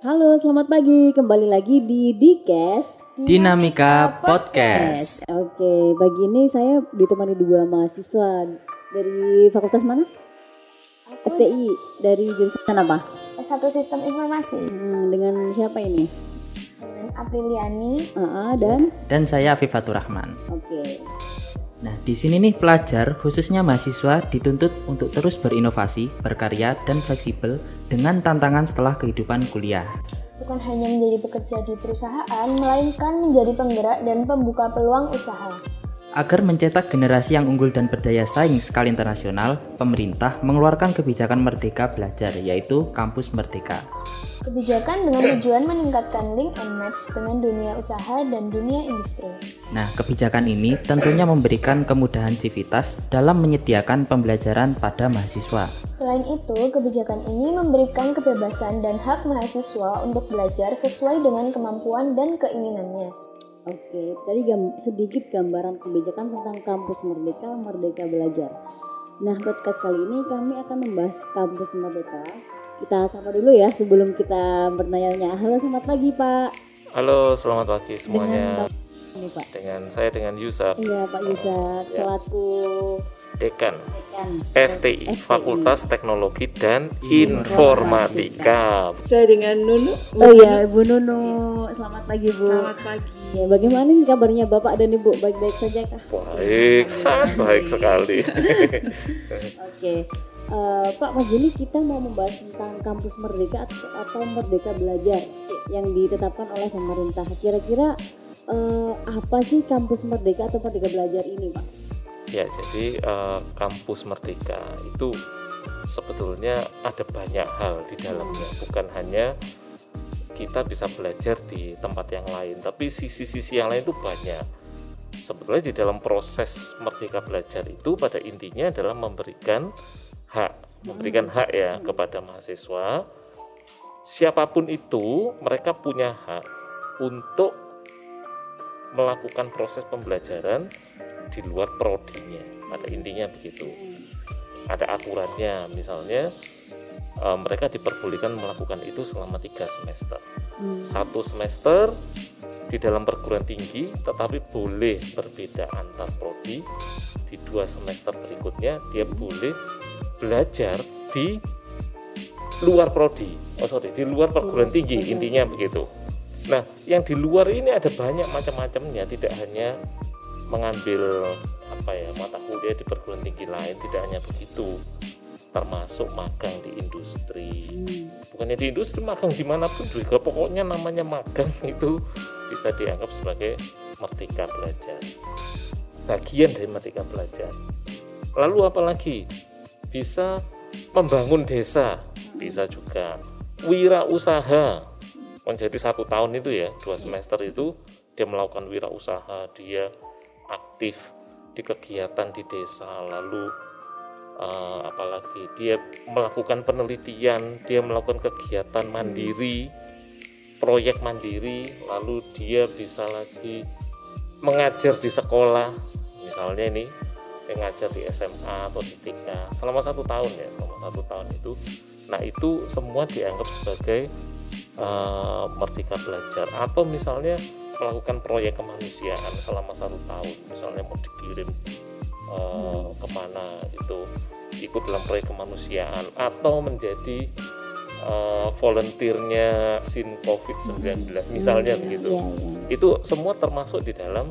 Halo, selamat pagi. Kembali lagi di Dikes Dinamika Podcast. Oke, pagi ini saya ditemani dua mahasiswa dari fakultas mana? FTI. Dari jurusan apa? S1 Sistem Informasi. Dengan siapa ini? Dengan Apriliani. Dan saya Afifatur Rahman. Oke. Nah, di sini nih pelajar, khususnya mahasiswa, dituntut untuk terus berinovasi, berkarya, dan fleksibel dengan tantangan setelah kehidupan kuliah. Bukan hanya menjadi pekerja di perusahaan, melainkan menjadi penggerak dan pembuka peluang usaha. Agar mencetak generasi yang unggul dan berdaya saing skala internasional, pemerintah mengeluarkan kebijakan Merdeka Belajar, yaitu Kampus Merdeka. Kebijakan dengan tujuan meningkatkan link and match dengan dunia usaha dan dunia industri. Nah, kebijakan ini tentunya memberikan kemudahan civitas dalam menyediakan pembelajaran pada mahasiswa. Selain itu, kebijakan ini memberikan kebebasan dan hak mahasiswa untuk belajar sesuai dengan kemampuan dan keinginannya. Oke, itu tadi sedikit gambaran kebijakan tentang Kampus Merdeka, Merdeka Belajar. Nah, podcast kali ini kami akan membahas Kampus Merdeka. Kita sapa dulu ya sebelum kita bertanya-tanya. Halo, selamat pagi Pak. Halo, selamat pagi semuanya. Ini, Pak. Dengan Yusuf. Iya, Pak Yusuf, selaku Dekan FTI, Fakultas Teknologi dan Informatika. Saya dengan Nunu. Oh iya, Ibu Nunu. Selamat pagi, Bu. Selamat pagi. Ya, bagaimana nih kabarnya Bapak dan Ibu? Baik-baik saja kah? Baik, sangat baik sekali. Oke. Pak, pagi ini kita mau membahas tentang Kampus Merdeka atau Merdeka Belajar yang ditetapkan oleh pemerintah. Kira-kira apa sih Kampus Merdeka atau Merdeka Belajar ini, Pak? Ya, jadi Kampus Merdeka itu sebetulnya ada banyak hal di dalamnya. Bukan hanya kita bisa belajar di tempat yang lain, tapi sisi-sisi yang lain itu banyak. Sebetulnya di dalam proses Merdeka Belajar itu pada intinya adalah memberikan hak ya kepada mahasiswa. Siapapun itu, mereka punya hak untuk melakukan proses pembelajaran di luar prodinya. Pada intinya begitu. Ada aturannya, misalnya mereka diperbolehkan melakukan itu selama 3 semester. 1 semester di dalam perguruan tinggi, tetapi boleh berbeda antar prodi. Di 2 semester berikutnya dia boleh belajar di luar prodi, di luar perguruan tinggi, intinya begitu. Nah, yang di luar ini ada banyak macam-macamnya, tidak hanya mengambil mata kuliah di perguruan tinggi lain, tidak hanya begitu, termasuk magang di industri. Bukannya di industri, magang dimanapun juga, pokoknya namanya magang itu bisa dianggap sebagai Merdeka Belajar, bagian dari Merdeka Belajar. Lalu apalagi? Bisa membangun desa, bisa juga wirausaha. Menjadi 1 tahun itu ya, 2 semester itu dia melakukan wirausaha, dia aktif di kegiatan di desa, lalu apalagi dia melakukan penelitian, dia melakukan kegiatan mandiri, proyek mandiri, lalu dia bisa lagi mengajar di sekolah, misalnya ini mengajar di SMA atau di TK selama 1 tahun ya, selama 1 tahun itu. Nah, itu semua dianggap sebagai Merdeka Belajar. Atau misalnya melakukan proyek kemanusiaan selama 1 tahun, misalnya mau dikirim kemana itu, ikut dalam proyek kemanusiaan, atau menjadi volunteernya SIN COVID-19 misalnya begitu. Itu semua termasuk di dalam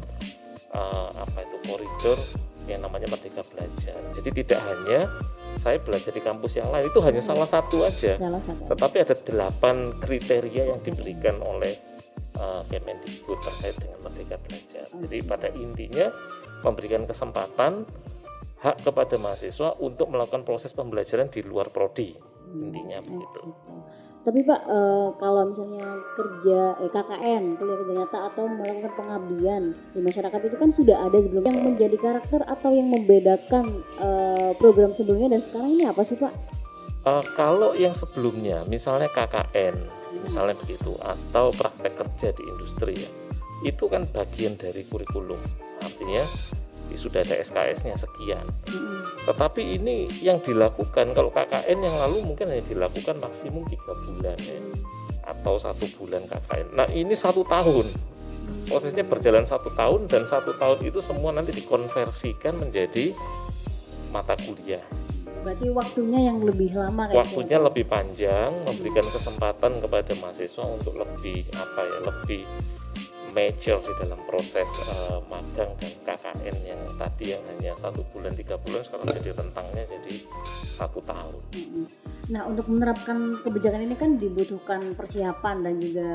koridor yang namanya Merdeka Belajar. Jadi tidak hanya saya belajar di kampus yang lain, itu hanya salah satu aja. Tetapi ada 8 kriteria yang diberikan oleh Kemendikbud terkait dengan Merdeka Belajar. Jadi pada intinya memberikan kesempatan, hak kepada mahasiswa untuk melakukan proses pembelajaran di luar prodi. Intinya begitu. Tapi Pak, kalau misalnya kerja KKN, kuliah kerja nyata, atau melakukan pengabdian di masyarakat, itu kan sudah ada sebelumnya. Yang menjadi karakter atau yang membedakan program sebelumnya dan sekarang ini apa sih Pak? Kalau yang sebelumnya, misalnya KKN, misalnya begitu, atau praktek kerja di industri ya, itu kan bagian dari kurikulum. Artinya sudah ada SKS-nya sekian. Tetapi ini yang dilakukan, kalau KKN yang lalu mungkin hanya dilakukan maksimum 3 bulan ya. atau 1 bulan KKN. Nah ini 1 tahun, prosesnya berjalan 1 tahun, dan 1 tahun itu semua nanti dikonversikan menjadi mata kuliah. Berarti waktunya yang lebih lama kayak Waktunya lebih panjang, memberikan kesempatan kepada mahasiswa untuk lebih lebih mature di dalam proses magang dan KKN yang tadi yang hanya 1 bulan 3 bulan sekarang jadi rentangnya jadi 1 tahun. Nah, untuk menerapkan kebijakan ini kan dibutuhkan persiapan dan juga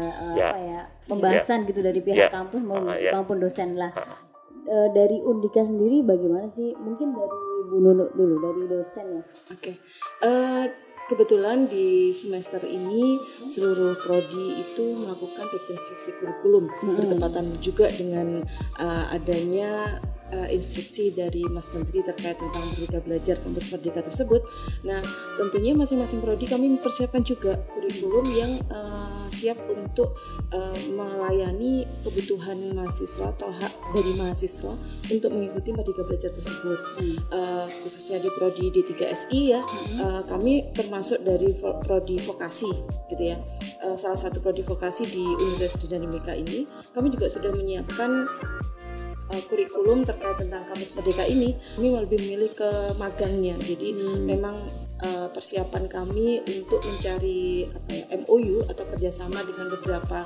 pembahasan gitu dari pihak kampus maupun dosen lah. Dari Undika sendiri bagaimana sih? Mungkin dari Bu Nunuk dulu, dari dosen ya. Oke. Kebetulan di semester ini seluruh prodi itu melakukan rekonstruksi kurikulum bertepatan juga dengan adanya instruksi dari Mas Menteri terkait tentang Merdeka Belajar Kampus Merdeka tersebut. Nah, tentunya masing-masing prodi kami mempersiapkan juga kurikulum yang siap untuk melayani kebutuhan mahasiswa atau hak dari mahasiswa untuk mengikuti Merdeka Belajar tersebut. Khususnya di prodi D3SI ya, kami termasuk dari prodi vokasi gitu ya. Salah satu prodi vokasi di Universitas Dinamika ini, kami juga sudah menyiapkan kurikulum terkait tentang kampus merdeka ini. Kami lebih memilih ke magangnya. Jadi memang persiapan kami untuk mencari MOU atau kerjasama dengan beberapa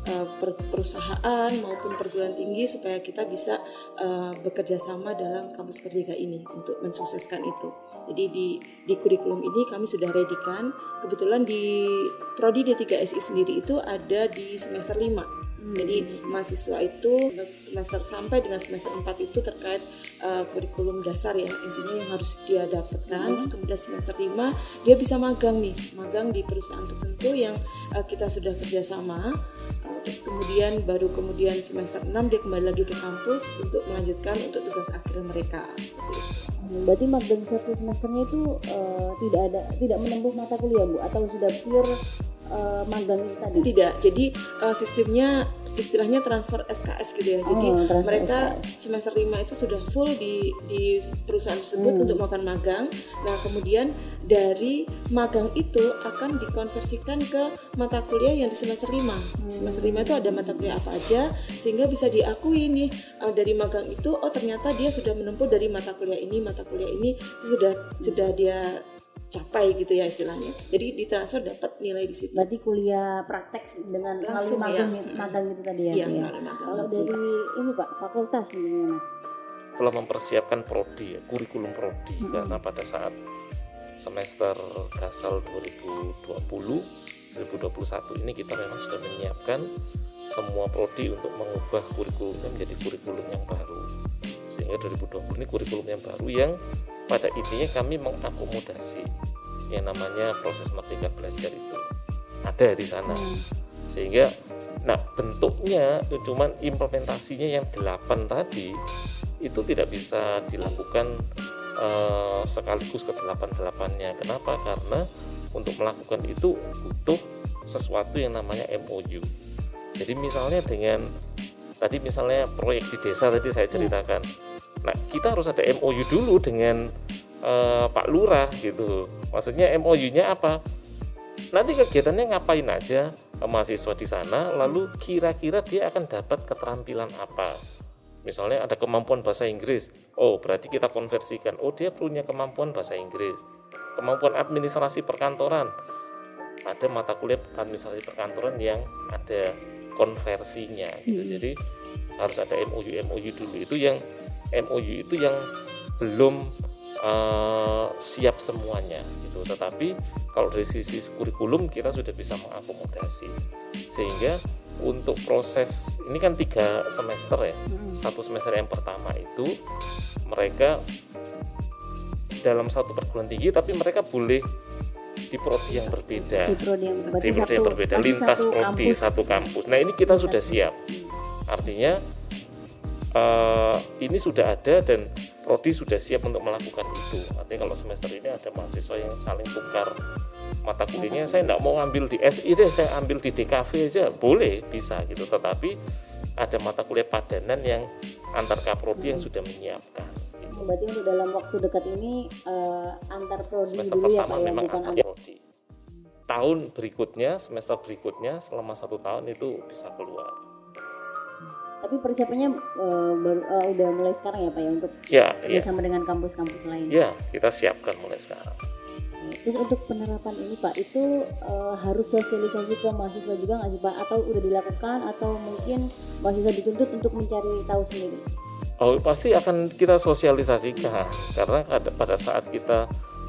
perusahaan maupun perguruan tinggi supaya kita bisa bekerja sama dalam kampus merdeka ini untuk mensukseskan itu. Jadi di kurikulum ini kami sudah readykan. Kebetulan di prodi D3SI sendiri itu ada di semester 5. Jadi mahasiswa itu semester sampai dengan semester 4 itu terkait kurikulum dasar ya, intinya yang harus dia dapatkan. Terus kemudian semester 5 dia bisa magang di perusahaan tertentu yang kita sudah kerjasama. Terus kemudian baru semester 6 dia kembali lagi ke kampus untuk melanjutkan untuk tugas akhir mereka. Seperti itu. Berarti magang 1 semesternya itu tidak menempuh mata kuliah Bu, atau sudah pure magang itu tadi? Tidak, jadi sistemnya istilahnya transfer SKS gitu ya. Jadi mereka SKS. Semester 5 itu sudah full di perusahaan tersebut untuk melakukan magang. Nah kemudian dari magang itu akan dikonversikan ke mata kuliah yang di semester 5. Semester 5 itu ada mata kuliah apa aja sehingga bisa diakui nih dari magang itu, oh ternyata dia sudah menempuh dari mata kuliah ini itu sudah dia capai gitu ya istilahnya. Jadi ditransfer dapat nilai di situ. Berarti kuliah praktek dengan melalui magang itu tadi ya. Iya, kalau dari ini Pak, fakultas gimana? Telah mempersiapkan prodi ya, kurikulum prodi karena pada saat semester Gasal 2020-2021 ini kita memang sudah menyiapkan semua prodi untuk mengubah kurikulumnya menjadi kurikulum yang baru. Sehingga 2020 ini kurikulum yang baru yang pada intinya kami mengakomodasi yang namanya proses merdeka belajar itu ada di sana. Sehingga bentuknya cuman implementasinya yang 8 tadi itu tidak bisa dilakukan sekaligus ke 8-8-nya. Kenapa? Karena untuk melakukan itu butuh sesuatu yang namanya MOU. Jadi misalnya misalnya proyek di desa tadi saya ceritakan. Nah, kita harus ada MOU dulu dengan Pak Lurah gitu. Maksudnya MOU-nya apa? Nanti kegiatannya ngapain aja mahasiswa di sana, lalu kira-kira dia akan dapat keterampilan apa? Misalnya ada kemampuan bahasa Inggris. Oh, berarti kita konversikan. Oh, dia punya kemampuan bahasa Inggris. Kemampuan administrasi perkantoran. Ada mata kuliah administrasi perkantoran yang ada konversinya gitu. Jadi harus ada MOU dulu. Itu yang MOU itu yang belum siap semuanya gitu. Tetapi kalau dari sisi kurikulum kita sudah bisa mengakomodasi. Sehingga untuk proses ini kan 3 semester ya. 1 semester yang pertama itu mereka dalam satu perguruan tinggi tapi mereka boleh di prodi yang berbeda. Di prodi yang berbeda, lintas prodi satu kampus. Nah, ini kita sudah siap. Artinya ini sudah ada dan prodi sudah siap untuk melakukan itu. Artinya kalau semester ini ada mahasiswa yang saling tukar mata kuliahnya, saya tidak mau ambil di SI deh, saya ambil di DKV aja, boleh, bisa gitu. Tetapi ada mata kuliah padanan yang antar kaprodi yang sudah menyiapkan. Gitu. Berarti untuk dalam waktu dekat ini antar prodi semester dulu ya pertama Pak, memang bukan antar prodi. tahun berikutnya, semester berikutnya selama 1 tahun itu bisa keluar. Tapi persiapannya udah mulai sekarang ya Pak ya untuk bersama dengan kampus-kampus lain. Ya, kita siapkan mulai sekarang. Terus untuk penerapan ini Pak, itu harus sosialisasi ke mahasiswa juga nggak sih Pak? Atau udah dilakukan atau mungkin mahasiswa dituntut untuk mencari tahu sendiri? Oh, pasti akan kita sosialisasikan karena pada saat kita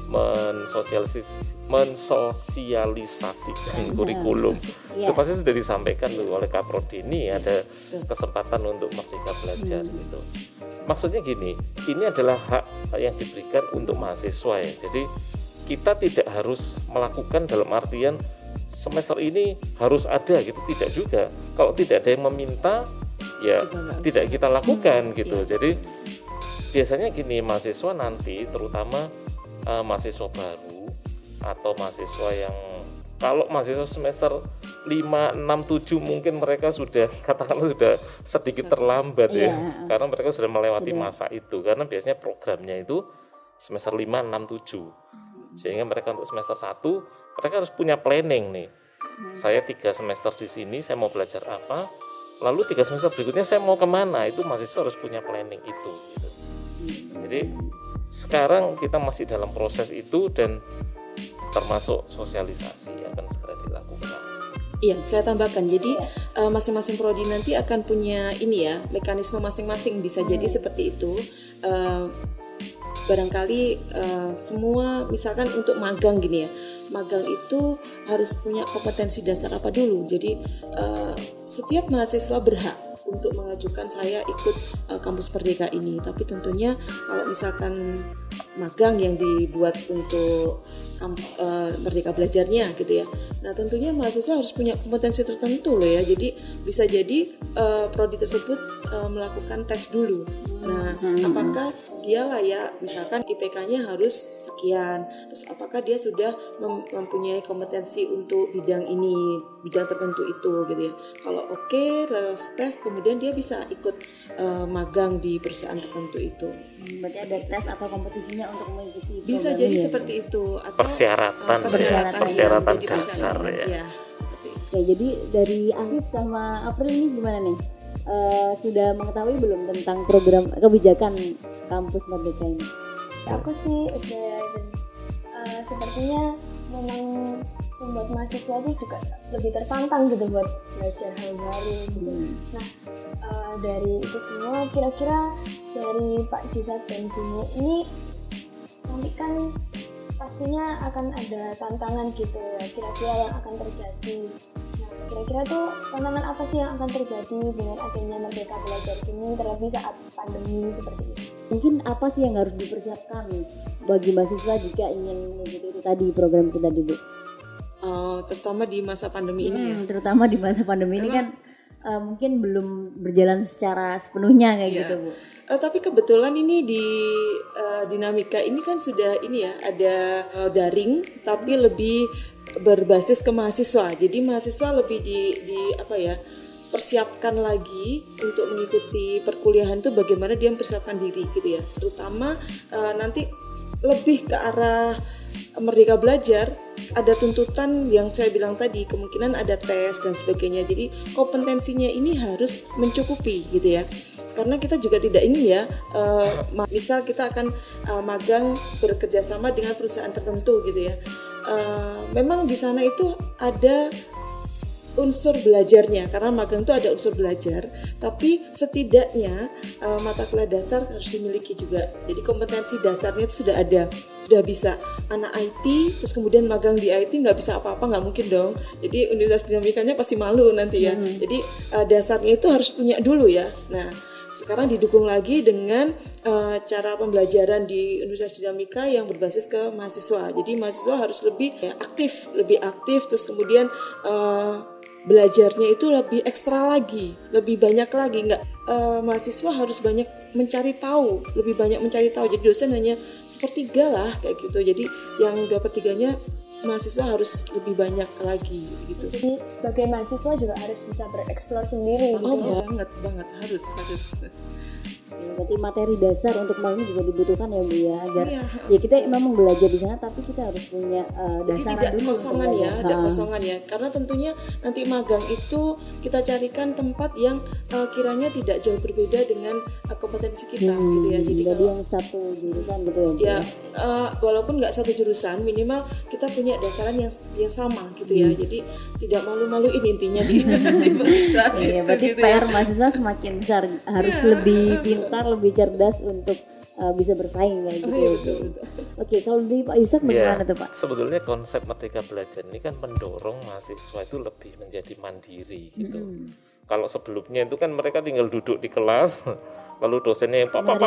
mensosialisasikan kurikulum itu pasti sudah disampaikan tuh oleh Kaprodi, ini ada kesempatan untuk Merdeka Belajar gitu. Maksudnya gini, ini adalah hak yang diberikan untuk mahasiswa ya. Jadi kita tidak harus melakukan dalam artian semester ini harus ada gitu, tidak juga. Kalau tidak ada yang meminta ya tidak kita lakukan gitu. Jadi biasanya gini, mahasiswa nanti terutama mahasiswa baru atau mahasiswa yang kalau mahasiswa semester 5, 6, 7 mungkin mereka sudah katakanlah sudah sedikit terlambat ya, karena mereka sudah melewati masa itu, karena biasanya programnya itu semester 5, 6, 7 sehingga mereka untuk semester 1 mereka harus punya planning nih. Saya 3 semester di sini saya mau belajar apa, lalu 3 semester berikutnya saya mau kemana, itu mahasiswa harus punya planning itu gitu. Jadi sekarang kita masih dalam proses itu dan termasuk sosialisasi akan segera dilakukan. Iya, saya tambahkan. Jadi masing-masing prodi nanti akan punya ini ya, mekanisme masing-masing, bisa jadi seperti itu. Barangkali semua misalkan untuk magang gini ya, magang itu harus punya kompetensi dasar apa dulu. Jadi setiap mahasiswa berhak untuk mengajukan saya ikut kampus Merdeka ini, tapi tentunya kalau misalkan magang yang dibuat untuk kampus Merdeka Belajarnya gitu ya, nah tentunya mahasiswa harus punya kompetensi tertentu loh ya. Jadi bisa jadi prodi tersebut melakukan tes dulu. Nah, apakah dia layak, misalkan IPK-nya harus sekian, terus apakah dia sudah mempunyai kompetensi untuk bidang ini, bidang tertentu itu gitu ya. Kalau oke, lolos tes, kemudian dia bisa ikut magang di perusahaan tertentu itu. Berarti ada tes atau kompetisinya untuk mengikuti. Bisa jadi seperti itu, atau persyaratan dasar ya. Seperti itu. Oke, jadi dari Afif sama April ini gimana nih? Sudah mengetahui belum tentang program kebijakan kampus Merdeka ini? Aku sih udah, sepertinya memang membuat mahasiswa itu juga lebih tertantang gitu buat belajar hal baru gitu. Nah, dari itu semua kira-kira dari Pak Jusat dan Bimo ini nanti kan pastinya akan ada tantangan gitu ya, kira-kira yang akan terjadi. Nah, kira-kira tuh tantangan apa sih yang akan terjadi dengan adanya Merdeka Belajar ini, terlebih saat pandemi seperti ini? Mungkin apa sih yang harus dipersiapkan bagi mahasiswa jika ingin mengikuti itu tadi, program itu tadi Bu? Terutama di masa pandemi ini ya. Terutama di masa pandemi ini kan mungkin belum berjalan secara sepenuhnya kayak gitu Bu. Tapi kebetulan ini di dinamika ini kan sudah ini ya, ada daring tapi lebih berbasis ke mahasiswa. Jadi mahasiswa lebih di apa ya, persiapkan lagi untuk mengikuti perkuliahan itu, bagaimana dia mempersiapkan diri gitu ya. Terutama nanti lebih ke arah Merdeka Belajar, ada tuntutan yang saya bilang tadi, kemungkinan ada tes dan sebagainya. Jadi kompetensinya ini harus mencukupi gitu ya. Karena kita juga tidak ingin ya, misal kita akan magang bekerja sama dengan perusahaan tertentu gitu ya. Memang di sana itu ada unsur belajarnya, karena magang itu ada unsur belajar, tapi setidaknya mata kuliah dasar harus dimiliki juga. Jadi kompetensi dasarnya itu sudah ada, sudah bisa. Anak IT terus kemudian magang di IT nggak bisa apa-apa, nggak mungkin dong. Jadi Universitas Dinamikanya pasti malu nanti ya. Jadi dasarnya itu harus punya dulu ya. Nah, sekarang didukung lagi dengan cara pembelajaran di Universitas Dinamika yang berbasis ke mahasiswa. Jadi mahasiswa harus lebih aktif, terus kemudian belajarnya itu lebih ekstra lagi, lebih banyak lagi. Mahasiswa harus banyak mencari tahu, lebih banyak mencari tahu. Jadi dosen hanya sepertiga lah kayak gitu. Jadi yang 2/3-nya mahasiswa harus lebih banyak lagi gitu. Jadi sebagai mahasiswa juga harus bisa bereksplor sendiri gitu. Banget harus. Berarti materi dasar untuk ini juga dibutuhkan ya Bu ya, agar Iya. ya kita memang belajar di sana tapi kita harus punya Jadi dasar tidak dulu kosongan untuk ya, belajar. tidak kosongan ya. Karena tentunya nanti magang itu kita carikan tempat yang kiranya tidak jauh berbeda dengan kompetensi kita gitu ya. Jadi Jadi kalau yang satu jurusan gitu ya Bu. ya walaupun nggak satu jurusan, minimal kita punya dasaran yang sama gitu ya. Jadi tidak malu-maluin intinya di pemeriksaan Iya, itu berarti gitu ya. PR mahasiswa semakin besar, harus lebih pintar, lebih cerdas untuk bisa bersaing kayak gitu. Iya, ya, betul, Bu. betul. Oke, kalau di Pak Yusak bagaimana tuh Pak? Sebetulnya konsep Merdeka Belajar ini kan mendorong mahasiswa itu lebih menjadi mandiri gitu. Kalau sebelumnya itu kan mereka tinggal duduk di kelas, lalu dosennya yang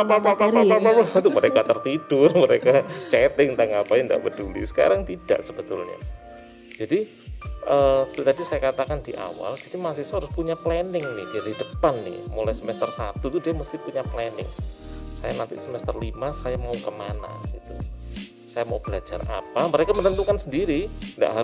itu mereka tertidur, mereka chatting tentang apa yang tidak peduli. Sekarang tidak sebetulnya. Jadi seperti tadi saya katakan di awal, jadi mahasiswa harus punya planning nih dari depan nih, mulai semester 1 tuh dia mesti punya planning. Saya nanti semester 5 saya mau kemana gitu. Saya mau belajar apa, mereka menentukan sendiri, tidak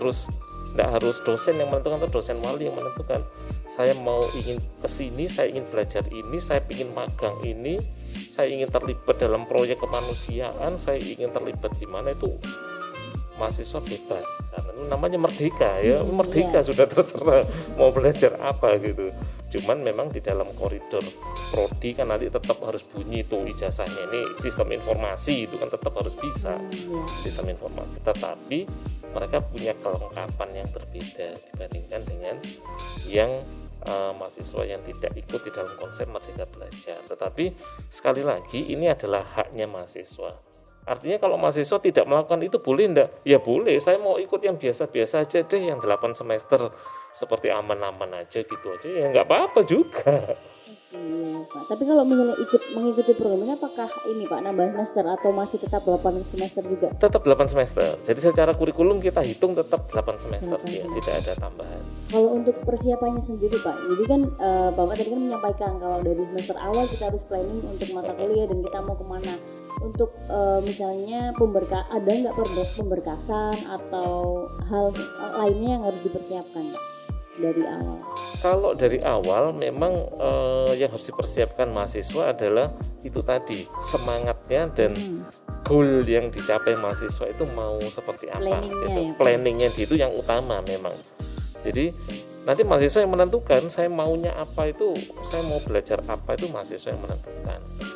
harus dosen yang menentukan atau dosen wali yang menentukan. Saya mau ingin kesini, saya ingin belajar ini, saya ingin magang ini, saya ingin terlibat dalam proyek kemanusiaan, saya ingin terlibat di mana, itu mahasiswa bebas karena itu namanya merdeka ya, merdeka sudah terserah mau belajar apa gitu. Cuman memang di dalam koridor prodi kan nanti tetap harus bunyi tuh ijazahnya, ini sistem informasi itu kan tetap harus bisa sistem informasi, tetapi mereka punya kelengkapan yang berbeda dibandingkan dengan yang mahasiswa yang tidak ikut di dalam konsep Merdeka Belajar. Tetapi sekali lagi ini adalah haknya mahasiswa. Artinya kalau mahasiswa tidak melakukan itu boleh enggak? Ya boleh, saya mau ikut yang biasa-biasa aja deh, yang 8 semester seperti aman-aman aja gitu aja, ya nggak apa-apa juga. Iya Pak. Tapi kalau misalnya mengikuti program ini, apakah ini Pak nambah semester atau masih tetap 8 semester juga? Tetap 8 semester. Jadi secara kurikulum kita hitung tetap 8 semester, ya, tidak ada tambahan. Kalau untuk persiapannya sendiri Pak, jadi kan Bapak tadi kan menyampaikan kalau dari semester awal kita harus planning untuk mata kuliah dan kita mau kemana. Untuk misalnya ada nggak pemberkasan atau hal lainnya yang harus dipersiapkan dari awal? Kalau dari awal memang yang harus dipersiapkan mahasiswa adalah itu tadi, semangatnya dan goal yang dicapai mahasiswa itu mau seperti apa Planningnya gitu. ya, Planningnya itu yang utama memang. Jadi nanti mahasiswa yang menentukan saya maunya apa, itu saya mau belajar apa, itu mahasiswa yang menentukan.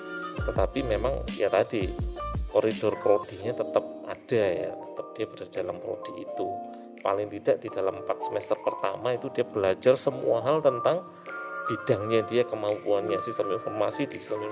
Tetapi memang ya tadi koridor prodinya tetap ada ya, tetap dia berada dalam prodi itu. Paling tidak di dalam 4 semester pertama itu dia belajar semua hal tentang bidangnya dia, kemampuannya, sistem informasi,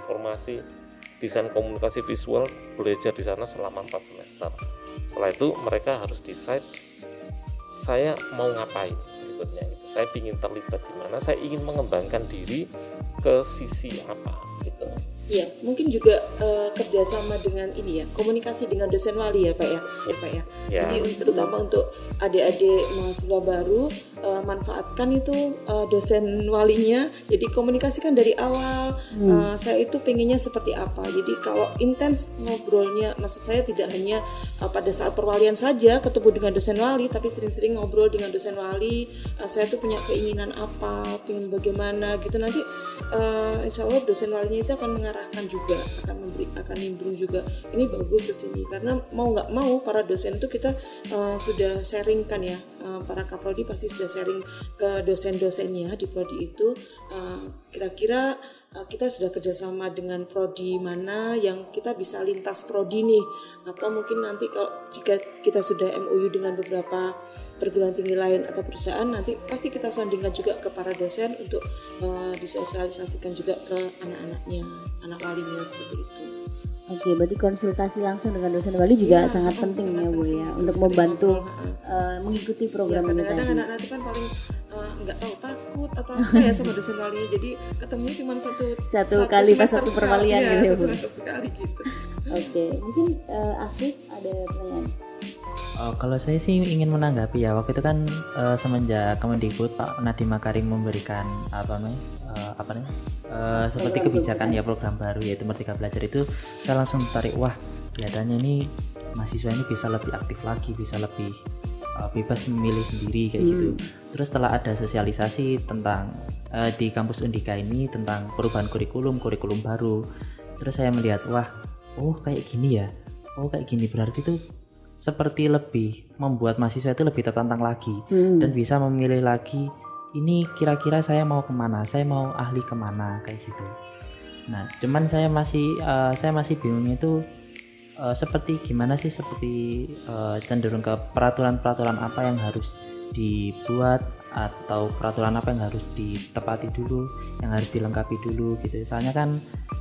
desain komunikasi visual, belajar di sana selama 4 semester. Setelah itu mereka harus decide saya mau ngapain berikutnya gitu. Saya ingin terlibat di mana, saya ingin mengembangkan diri ke sisi apa gitu. Ya, mungkin juga kerjasama dengan ini ya, komunikasi dengan dosen wali ya Pak ya, Pak ya. Ya. Jadi terutama untuk adik-adik mahasiswa baru, manfaatkan itu dosen walinya. Jadi komunikasikan dari awal. Saya itu pengennya seperti apa. Jadi kalau intens ngobrolnya, maksud saya tidak hanya pada saat perwalian saja ketemu dengan dosen wali, tapi sering-sering ngobrol dengan dosen wali. Saya tuh punya keinginan apa, pengen bagaimana gitu. Nanti insya Allah dosen walinya itu akan mengarahkan juga, akan nimbrung juga, ini bagus ke sini, karena mau nggak mau para dosen itu kita sudah sharingkan ya, para kaprodi pasti sudah sharing ke dosen-dosennya di prodi itu, kira-kira kita sudah kerjasama dengan prodi mana yang kita bisa lintas prodi nih, atau mungkin nanti kalau jika kita sudah MOU dengan beberapa perguruan tinggi lain atau perusahaan, nanti pasti kita sandingkan juga ke para dosen untuk disosialisasikan juga ke anak-anaknya, anak walinya seperti itu. Oke, berarti konsultasi langsung dengan dosen wali juga sangat penting ya Bu ya, untuk membantu mengikuti program ini tadi. Kadang-kadang anak-anak itu kan paling nggak tahu, takut atau apa ya sama dosen walinya, jadi ketemu cuma satu kali pas semester satu perwalian sekali, gitu ya Bu. satu semester sekali gitu. Oke, mungkin Afif ada pertanyaan. Kalau saya sih ingin menanggapi ya, waktu itu kan semenjak Kemendikbud Pak Nadiem Makarim memberikan seperti kebijakan ya, program baru yaitu Merdeka Belajar, itu saya langsung tertarik, wah kelihatannya ini mahasiswa ini bisa lebih aktif lagi, bisa lebih bebas memilih sendiri kayak gitu. Terus setelah ada sosialisasi tentang di kampus Undika ini tentang perubahan kurikulum baru, Terus saya melihat, wah, oh kayak gini ya, oh kayak gini, berarti itu seperti lebih membuat mahasiswa itu lebih tertantang lagi dan bisa memilih lagi, ini kira-kira saya mau kemana, saya mau ahli kemana, kayak gitu. Nah, cuman saya masih bingungnya itu seperti gimana sih, seperti cenderung ke peraturan-peraturan apa yang harus dibuat atau peraturan apa yang harus ditepati dulu, yang harus dilengkapi dulu gitu. Soalnya kan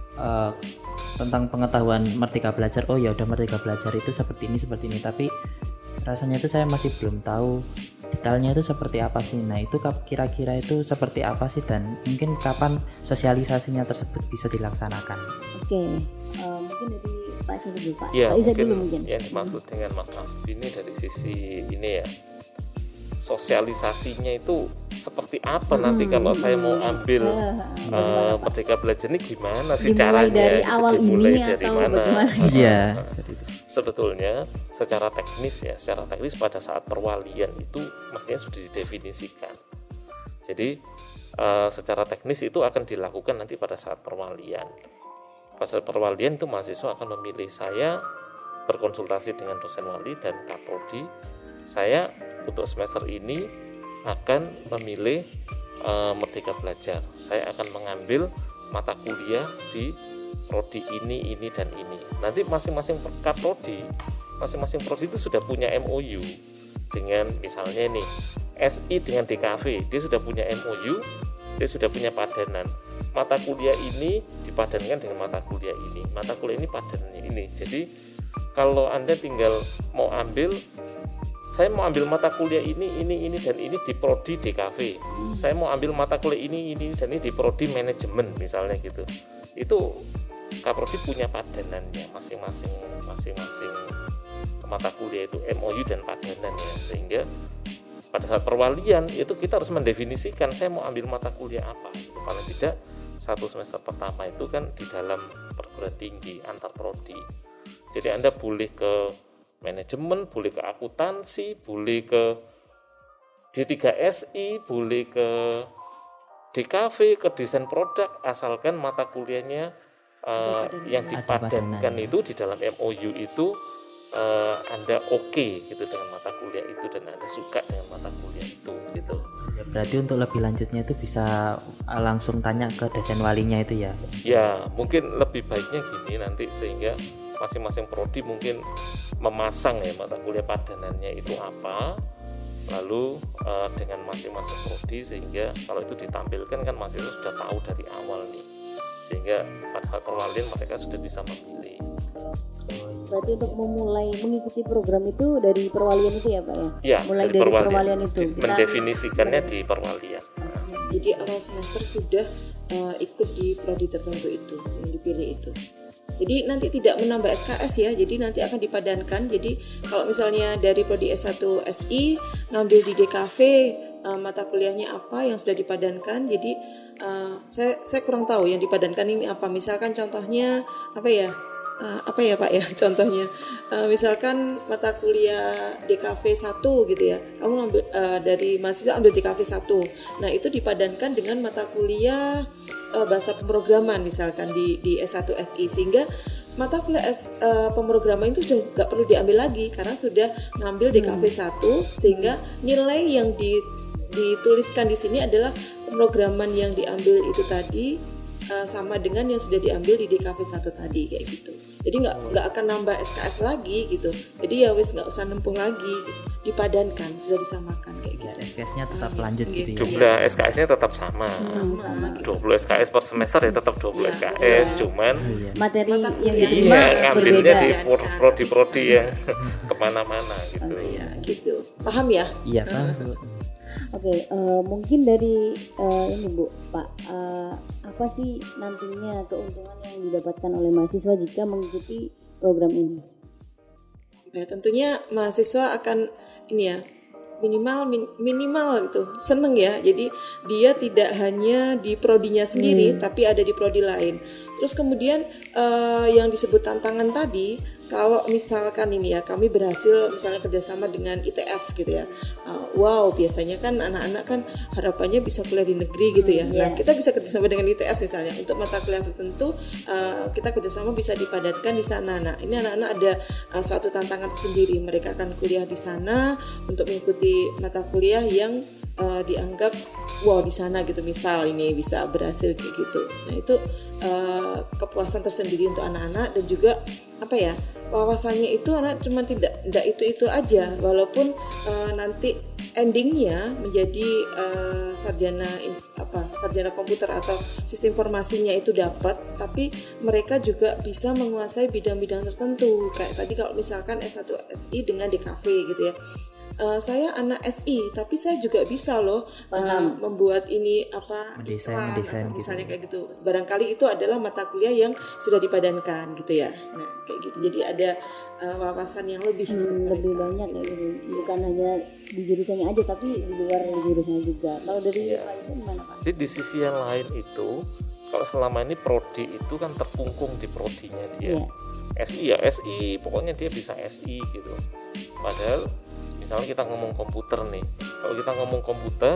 tentang pengetahuan Merdeka Belajar, oh ya udah Merdeka Belajar itu seperti ini, tapi rasanya itu saya masih belum tahu detailnya itu seperti apa sih. Nah, itu kira-kira itu seperti apa sih, dan mungkin kapan sosialisasinya tersebut bisa dilaksanakan? Oke, mungkin dari Pak Isa dulu, Pak. Ya, Pak Isa mungkin dulu mungkin. yang dimaksud dengan Mas Afif ini dari sisi ini ya, sosialisasinya itu seperti apa nanti kalau saya mau ambil Merdeka Belajar ini gimana sih Dimulai caranya? dari awal dimulai ini dari atau mana? bagaimana? Iya. Sebetulnya secara teknis pada saat perwalian itu mestinya sudah didefinisikan. Jadi secara teknis itu akan dilakukan nanti pada saat perwalian. Pada saat perwalian itu mahasiswa akan memilih, saya berkonsultasi dengan dosen wali dan kaprodi, saya untuk semester ini akan memilih Merdeka Belajar. Saya akan mengambil mata kuliah di prodi ini dan ini. Nanti masing-masing kaprodi, masing-masing prodi itu sudah punya MOU dengan misalnya nih SI dengan DKV, dia sudah punya MOU, dia sudah punya padanan. Mata kuliah ini dipadankan dengan mata kuliah ini, mata kuliah ini padanannya ini. Jadi kalau Anda tinggal mau ambil, saya mau ambil mata kuliah ini dan ini di prodi DKV. Saya mau ambil mata kuliah ini dan ini di prodi manajemen misalnya gitu. Itu kaprodi punya padanannya masing-masing mata kuliah itu MOU dan padanannya, sehingga pada saat perwalian itu kita harus mendefinisikan saya mau ambil mata kuliah apa. Paling tidak satu semester pertama itu kan di dalam perguruan tinggi antar prodi. Jadi Anda boleh ke manajemen, boleh ke akuntansi, boleh ke D3SI, boleh ke DKV, ke desain produk, asalkan mata kuliahnya yang dipadankan itu di dalam MOU itu Anda oke gitu dengan mata kuliah itu dan Anda suka dengan mata kuliah itu gitu. Ya, berarti untuk lebih lanjutnya itu bisa langsung tanya ke dosen walinya itu ya? Ya, mungkin lebih baiknya gini nanti, sehingga masing-masing prodi mungkin memasang ya mata kuliah padanannya itu apa, lalu dengan masing-masing prodi, sehingga kalau itu ditampilkan kan mahasiswa sudah tahu dari awal nih, sehingga pada saat perwalian mereka sudah bisa memilih. Berarti untuk memulai mengikuti program itu dari perwalian itu ya Pak ya? Ya, mulai dari perwalian itu mendefinisikannya di perwalian. Jadi awal semester sudah ikut di prodi tertentu itu yang dipilih itu. Jadi nanti tidak menambah SKS ya, jadi nanti akan dipadankan. Jadi kalau misalnya dari prodi S1 SI ngambil di DKV mata kuliahnya apa yang sudah dipadankan. Jadi saya kurang tahu yang dipadankan ini apa. Misalkan contohnya apa ya Pak ya contohnya, misalkan mata kuliah DKV 1 gitu ya, kamu ngambil dari mahasiswa ambil DKV 1, nah itu dipadankan dengan mata kuliah bahasa pemrograman misalkan di S1 SI, sehingga mata kuliah pemrograman itu sudah nggak perlu diambil lagi karena sudah ngambil DKV 1, sehingga nilai yang dituliskan di sini adalah pemrograman yang diambil itu tadi sama dengan yang sudah diambil di DKV 1 tadi kayak gitu. Jadi nggak akan nambah SKS lagi gitu. Jadi ya wis nggak usah nempung lagi, dipadankan, sudah disamakan kayak gitu. SKS-nya tetap lanjut gitu ya. Jumlah SKS-nya tetap sama. 20 SKS per semester ya tetap 20 SKS, cuman materi yang diterima ngambilnya di prodi-prodi yang kemana-mana gitu. Iya gitu. Paham ya? Iya paham. Oke, mungkin dari ini Bu, Pak, apa sih nantinya keuntungan yang didapatkan oleh mahasiswa jika mengikuti program ini? Ya tentunya mahasiswa akan ini ya minimal gitu seneng ya. Jadi dia tidak hanya di prodinya sendiri, tapi ada di prodi lain. Terus kemudian yang disebut tantangan tadi, kalau misalkan ini ya kami berhasil misalnya kerjasama dengan ITS gitu ya, wow biasanya kan anak-anak kan harapannya bisa kuliah di negeri gitu ya. Nah kita bisa kerjasama dengan ITS misalnya untuk mata kuliah tertentu, kita kerjasama bisa dipadatkan di sana. Nah ini anak-anak ada suatu tantangan tersendiri, mereka akan kuliah di sana untuk mengikuti mata kuliah yang dianggap wow di sana gitu, misal ini bisa berhasil kayak gitu. Nah itu kepuasan tersendiri untuk anak-anak, dan juga apa ya, wawasannya itu anak cuma tidak itu aja, walaupun nanti endingnya menjadi sarjana komputer atau sistem informasinya itu dapat, tapi mereka juga bisa menguasai bidang-bidang tertentu. Kayak tadi kalau misalkan S1 SI dengan DKV gitu ya. Saya anak SI tapi saya juga bisa loh membuat ini mendesain atau misalnya kayak gitu. Barangkali itu adalah mata kuliah yang sudah dipadankan gitu ya. Nah kayak gitu, jadi ada wawasan yang lebih banyak ya gitu. Bukan hanya di jurusannya aja tapi di luar jurusannya juga. Kalau dari Pak Isa gimana Pak? Jadi di sisi yang lain itu, kalau selama ini prodi itu kan terkungkung di prodinya dia. SI ya SI, pokoknya dia bisa SI gitu. Padahal misalnya kita ngomong komputer nih, kalau kita ngomong komputer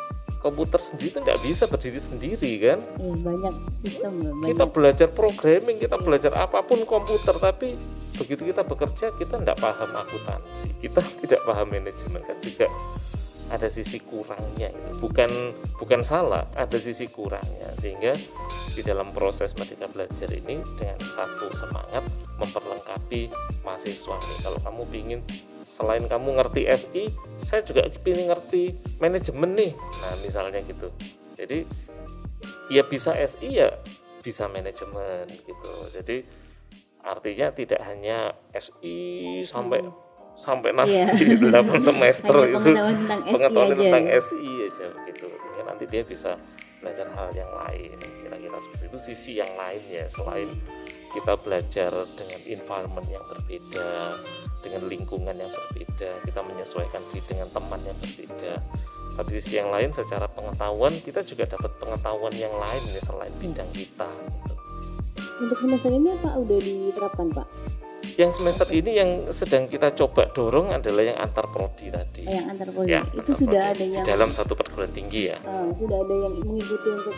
sendiri itu nggak bisa berdiri sendiri kan? Banyak sistem. Kita belajar programming, kita belajar apapun komputer, tapi begitu kita bekerja kita nggak paham akuntansi, kita tidak paham manajemen, kan juga ada sisi kurangnya. Bukan salah, ada sisi kurangnya, sehingga di dalam proses Merdeka Belajar ini dengan satu semangat memperlengkapi mahasiswa nih. Kalau kamu ingin selain kamu ngerti SI, saya juga ingin ngerti manajemen nih. Nah misalnya gitu. Jadi ya bisa SI ya bisa manajemen gitu. Jadi artinya tidak hanya SI sampai nanti 8 semester itu pengetahuan tentang SI aja gitu. Ya, nanti dia bisa belajar hal yang lain. Kira-kira seperti itu sisi yang lain ya, selain kita belajar dengan environment yang berbeda, dengan lingkungan yang berbeda, kita menyesuaikan diri dengan teman yang berbeda. Tapi sisi yang lain secara pengetahuan kita juga dapat pengetahuan yang lain ya, selain bidang kita gitu. Untuk semester ini apa udah diterapkan Pak? Yang semester ini yang sedang kita coba dorong adalah yang antar prodi tadi. Yang antar prodi ya, itu sudah ada yang di dalam satu perguruan tinggi ya. Sudah ada yang mengikuti untuk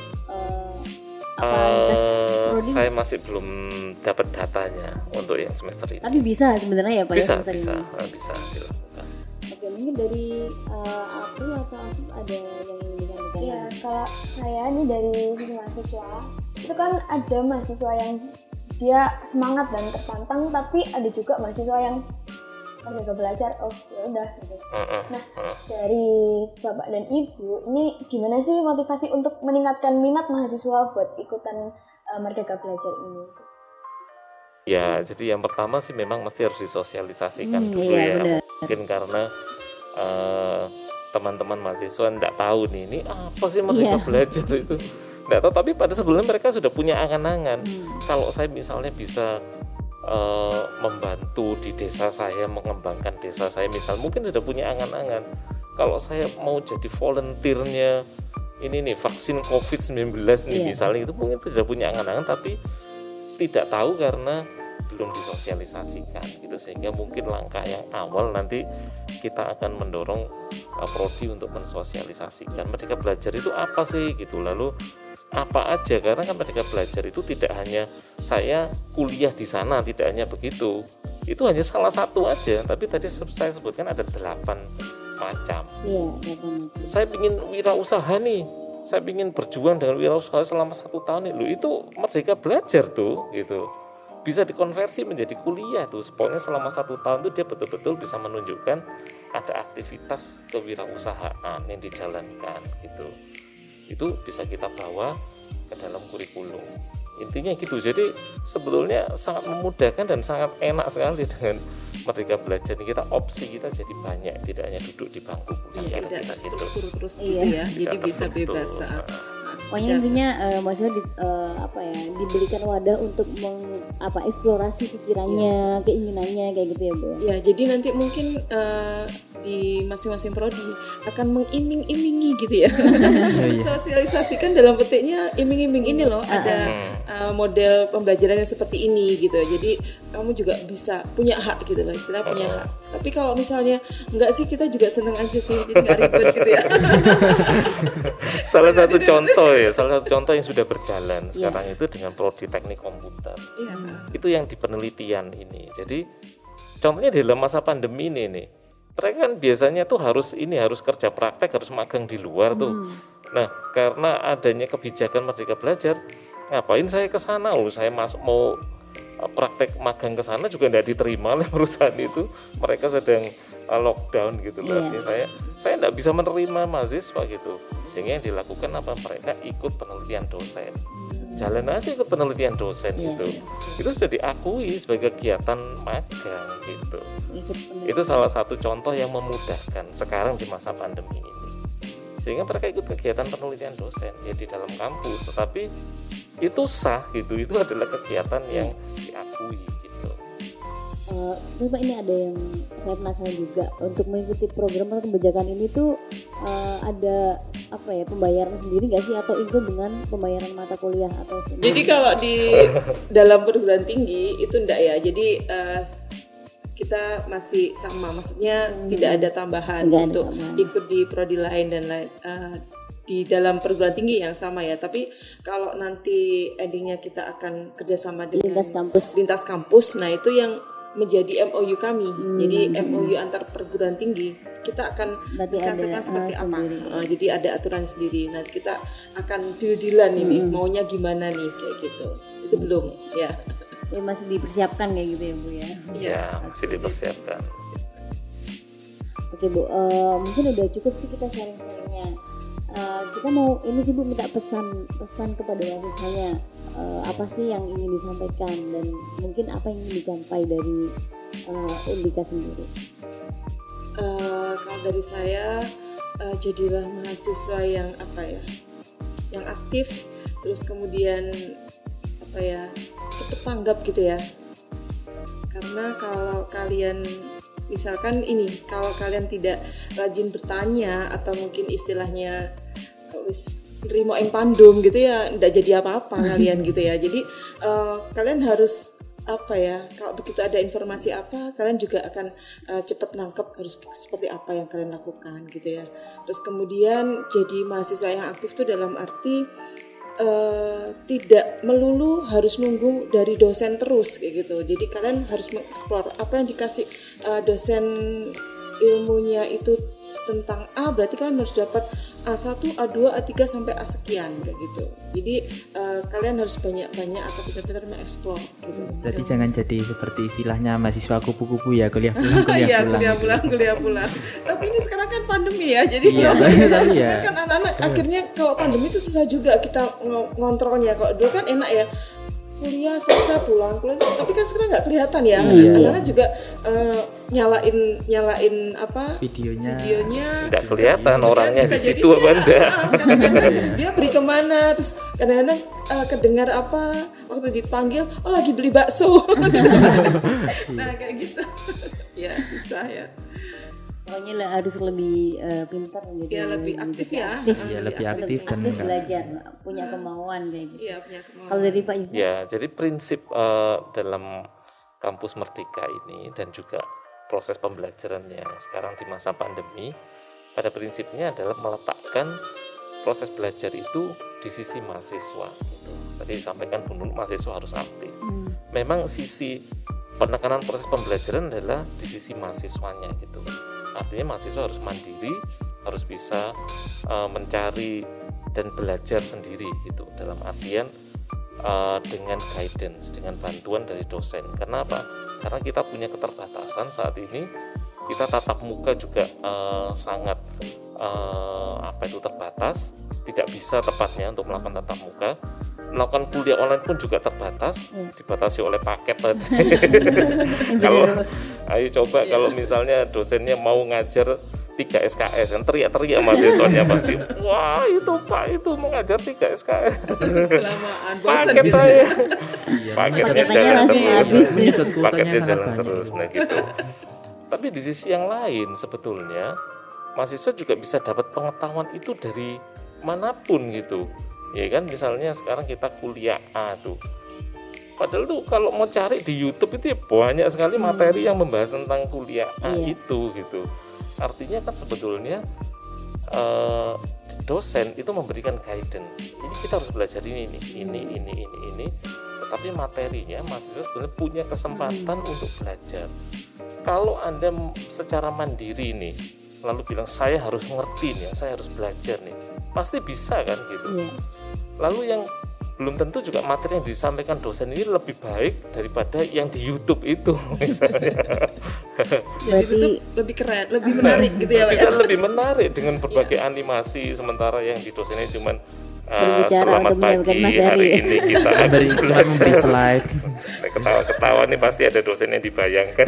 saya masih belum dapat datanya untuk yang semester ini. Tapi bisa sebenarnya ya Pak? Bisa dilakukan. Oke, mungkin dari April atau Afif ada yang ingin disampaikan? Iya, kalau saya ini dari sisi mahasiswa, itu kan ada mahasiswa yang dia semangat dan tertantang, tapi ada juga mahasiswa yang Merdeka Belajar, ya udah gitu. Nah, dari Bapak dan Ibu, ini gimana sih motivasi untuk meningkatkan minat mahasiswa buat ikutan Merdeka Belajar ini? Ya, jadi yang pertama sih memang mesti harus disosialisasikan dulu ya. Benar. Mungkin karena teman-teman mahasiswa nggak tahu nih, ini apa sih Merdeka Belajar itu? Nggak tahu, tapi pada sebelumnya mereka sudah punya angan-angan. Kalau saya misalnya bisa membantu di desa saya, mengembangkan desa saya, misal mungkin sudah punya angan-angan. Kalau saya mau jadi volunteernya ini nih vaksin COVID-19 nih misalnya, itu mungkin sudah punya angan-angan tapi tidak tahu karena belum disosialisasikan gitu. Sehingga mungkin langkah yang awal nanti kita akan mendorong prodi untuk mensosialisasikan Merdeka Belajar itu apa sih gitu, lalu apa aja, karena kan Merdeka Belajar itu tidak hanya saya kuliah di sana, tidak hanya begitu, itu hanya salah satu aja, tapi tadi saya sebutkan ada 8 macam. Saya ingin wirausaha nih, saya ingin berjuang dengan wirausaha selama 1 tahun nih, itu Merdeka Belajar tuh gitu, bisa dikonversi menjadi kuliah tuh, pokoknya selama 1 tahun tuh dia betul-betul bisa menunjukkan ada aktivitas kewirausahaan yang dijalankan gitu. Itu bisa kita bawa ke dalam kurikulum. Intinya gitu. Jadi sebetulnya sangat memudahkan dan sangat enak sekali dengan Merdeka Belajar. Kita opsi kita jadi banyak, tidak hanya duduk di bangku kuliah. Tidak terus gitu ya. Jadi bisa bebas. Pokoknya intinya maksudnya diberikan wadah untuk eksplorasi pikirannya, keinginannya kayak gitu ya Bu. Ya, jadi nanti mungkin di masing-masing prodi akan mengiming-imingi gitu ya. Sosialisasikan dalam petiknya iming-iming ini loh, ada model pembelajaran yang seperti ini gitu. Jadi kamu juga bisa punya hak gitu loh, istilah punya hak. Tapi kalau misalnya enggak sih, kita juga seneng aja sih, jadi nggak ribet gitu ya. Salah satu contoh yang sudah berjalan sekarang itu dengan prodi teknik komputer. Itu yang di penelitian ini. Jadi contohnya di dalam masa pandemi ini nih, mereka kan biasanya tuh harus kerja praktek, harus magang di luar tuh. Nah, karena adanya kebijakan Merdeka Belajar, ngapain saya ke sana? Saya mau praktek magang ke sana juga tidak diterima oleh perusahaan itu. Mereka sedang lockdown gitu loh. Saya tidak bisa menerima mahasiswa gitu. Sehingga yang dilakukan apa? Mereka ikut penelitian dosen. Jalan aja ikut penelitian dosen gitu. Itu sudah diakui sebagai kegiatan magang gitu. Itu salah satu contoh yang memudahkan sekarang di masa pandemi ini. Sehingga mereka ikut kegiatan penelitian dosen ya di dalam kampus, tetapi itu sah gitu, itu adalah kegiatan yang diakui gitu. Pak, ini ada yang saya penasaran juga, untuk mengikuti program atau kebijakan ini tuh ada apa ya, pembayaran sendiri nggak sih, atau ikut dengan pembayaran mata kuliah atau sendiri? Jadi kalau di dalam perguruan tinggi itu enggak ya, jadi kita masih sama, maksudnya tidak ada tambahan untuk ikut di prodi lain dan lain di dalam perguruan tinggi yang sama ya. Tapi kalau nanti endingnya kita akan kerjasama dengan lintas kampus, nah itu yang menjadi MOU kami. Jadi MOU antar perguruan tinggi kita akan mencantumkan seperti apa. Jadi ada aturan sendiri. Nah kita akan deal-dealan ini maunya gimana nih kayak gitu. Itu belum ya. Masih dipersiapkan kayak gitu ya Bu ya? Iya, masih dipersiapkan. Oke Bu, mungkin udah cukup sih kita sharing-sharingnya. Kita mau ini sih Bu, minta pesan kepada mahasiswanya, apa sih yang ingin disampaikan dan mungkin apa yang ingin dicapai dari Undika sendiri? Kalau dari saya, jadilah mahasiswa yang yang aktif, terus kemudian cepet tanggap gitu ya. Karena kalau kalian misalkan kalau kalian tidak rajin bertanya atau mungkin istilahnya wis nerimo ing pandum gitu ya, ndak jadi apa-apa kalian gitu ya. Jadi kalian harus kalau begitu ada informasi apa, kalian juga akan cepat nangkep harus seperti apa yang kalian lakukan gitu ya. Terus kemudian jadi mahasiswa yang aktif tuh dalam arti tidak melulu harus nunggu dari dosen terus kayak gitu. Jadi kalian harus mengeksplor apa yang dikasih dosen ilmunya itu tentang A, berarti kalian harus dapat A1, A2, A3 sampai A sekian kayak gitu. Jadi kalian harus banyak-banyak atau benar-benar mengeksplor gitu. Berarti jangan jadi seperti istilahnya mahasiswa kupu-kupu ya, kuliah pulang. Tapi ini sekarang kan pandemi ya, jadi kan anak-anak akhirnya kalau pandemi itu susah juga kita ngontrolnya. Kalau dulu kan enak ya, kuliah selesai pulang, tapi kan sekarang nggak kelihatan ya. Anak-anak juga nyalain videonya nggak kelihatan orangnya di situ apa enggak. Kadang-kadang dia beri kemana, terus kadang-kadang kedengar waktu dipanggil, lagi beli bakso. Nah kayak gitu. Ya susah ya. Pokoknya harus lebih pintar gitu. Ya lebih aktif ya. Lebih aktif dan belajar, punya kemauan kayak gitu. Iya, punya kemauan. Kalau dari Pak Yusuf? Ya, jadi prinsip dalam kampus Merdeka ini dan juga proses pembelajaran yang sekarang di masa pandemi, pada prinsipnya adalah meletakkan proses belajar itu di sisi mahasiswa. Gitu. Tadi disampaikan Bu Nun, mahasiswa harus aktif. Memang sisi penekanan proses pembelajaran adalah di sisi mahasiswanya gitu. Artinya mahasiswa harus mandiri, harus bisa mencari dan belajar sendiri gitu. Dalam artian dengan guidance, dengan bantuan dari dosen. Karena apa? Karena kita punya keterbatasan saat ini. Kita tatap muka juga sangat terbatas, tidak bisa tepatnya untuk melakukan tatap muka. Melakukan kuliah online pun juga terbatas, dibatasi oleh paket tadi. Kalau misalnya dosennya mau ngajar 3 SKS, kan teriak-teriak mahasiswanya pasti, wah itu Pak itu mengajar 3 SKS. Kelamaan, bosan paket gitu. Saya. Paketnya jalan Paketnya jalan terus, nah gitu. Tapi di sisi yang lain sebetulnya mahasiswa juga bisa dapat pengetahuan itu dari manapun gitu. Ya kan, misalnya sekarang kita kuliah A tuh, Padahal tuh kalau mau cari di YouTube itu ya banyak sekali materi yang membahas tentang kuliah itu gitu. Artinya kan sebetulnya dosen itu memberikan guidance. Ini kita harus belajar ini. Tetapi materinya mahasiswa sebenarnya punya kesempatan untuk belajar. Kalau Anda secara mandiri nih, lalu bilang saya harus ngerti nih, saya harus belajar nih, pasti bisa kan gitu. Lalu yang belum tentu juga materi yang disampaikan dosen ini lebih baik daripada yang di YouTube itu misalnya. Jadi itu lebih keren, lebih menarik gitu ya Pak. Kan lebih menarik dengan berbagai animasi, sementara yang di dosennya cuman selamat pagi, hari ini kita cuma memberi slide. Ketawa-ketawa nih pasti ada dosen yang dibayangkan.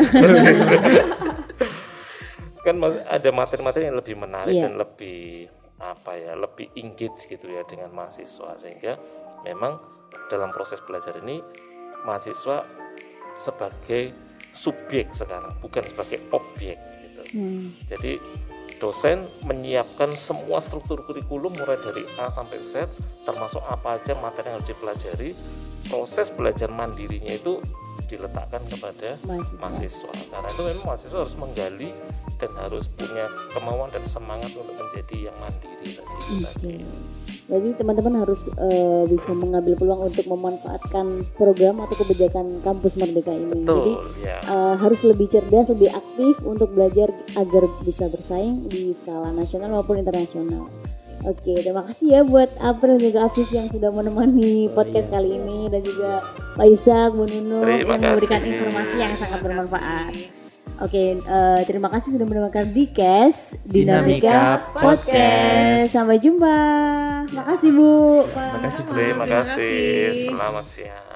Kan ada materi-materi yang lebih menarik dan lebih lebih engage gitu ya dengan mahasiswa, sehingga memang dalam proses belajar ini mahasiswa sebagai subjek sekarang, bukan sebagai objek gitu. Jadi dosen menyiapkan semua struktur kurikulum mulai dari A sampai Z, termasuk apa aja materi yang harus dipelajari. Proses belajar mandirinya itu diletakkan kepada mahasiswa. Karena itu memang mahasiswa harus menggali dan harus punya kemauan dan semangat untuk menjadi yang mandiri tadi. Jadi teman-teman harus bisa mengambil peluang untuk memanfaatkan program atau kebijakan Kampus Merdeka ini. Betul, jadi harus lebih cerdas, lebih aktif untuk belajar agar bisa bersaing di skala nasional maupun internasional. Oke, terima kasih ya buat April dan juga Afif yang sudah menemani podcast kali ini, dan juga Pak Yusak, Bu Nunung yang memberikan informasi yang sangat bermanfaat. Oke, terima kasih sudah mendengarkan Dikes Dinamika Podcast. Sampai jumpa. Makasih Bu. Terima kasih. Selamat siang.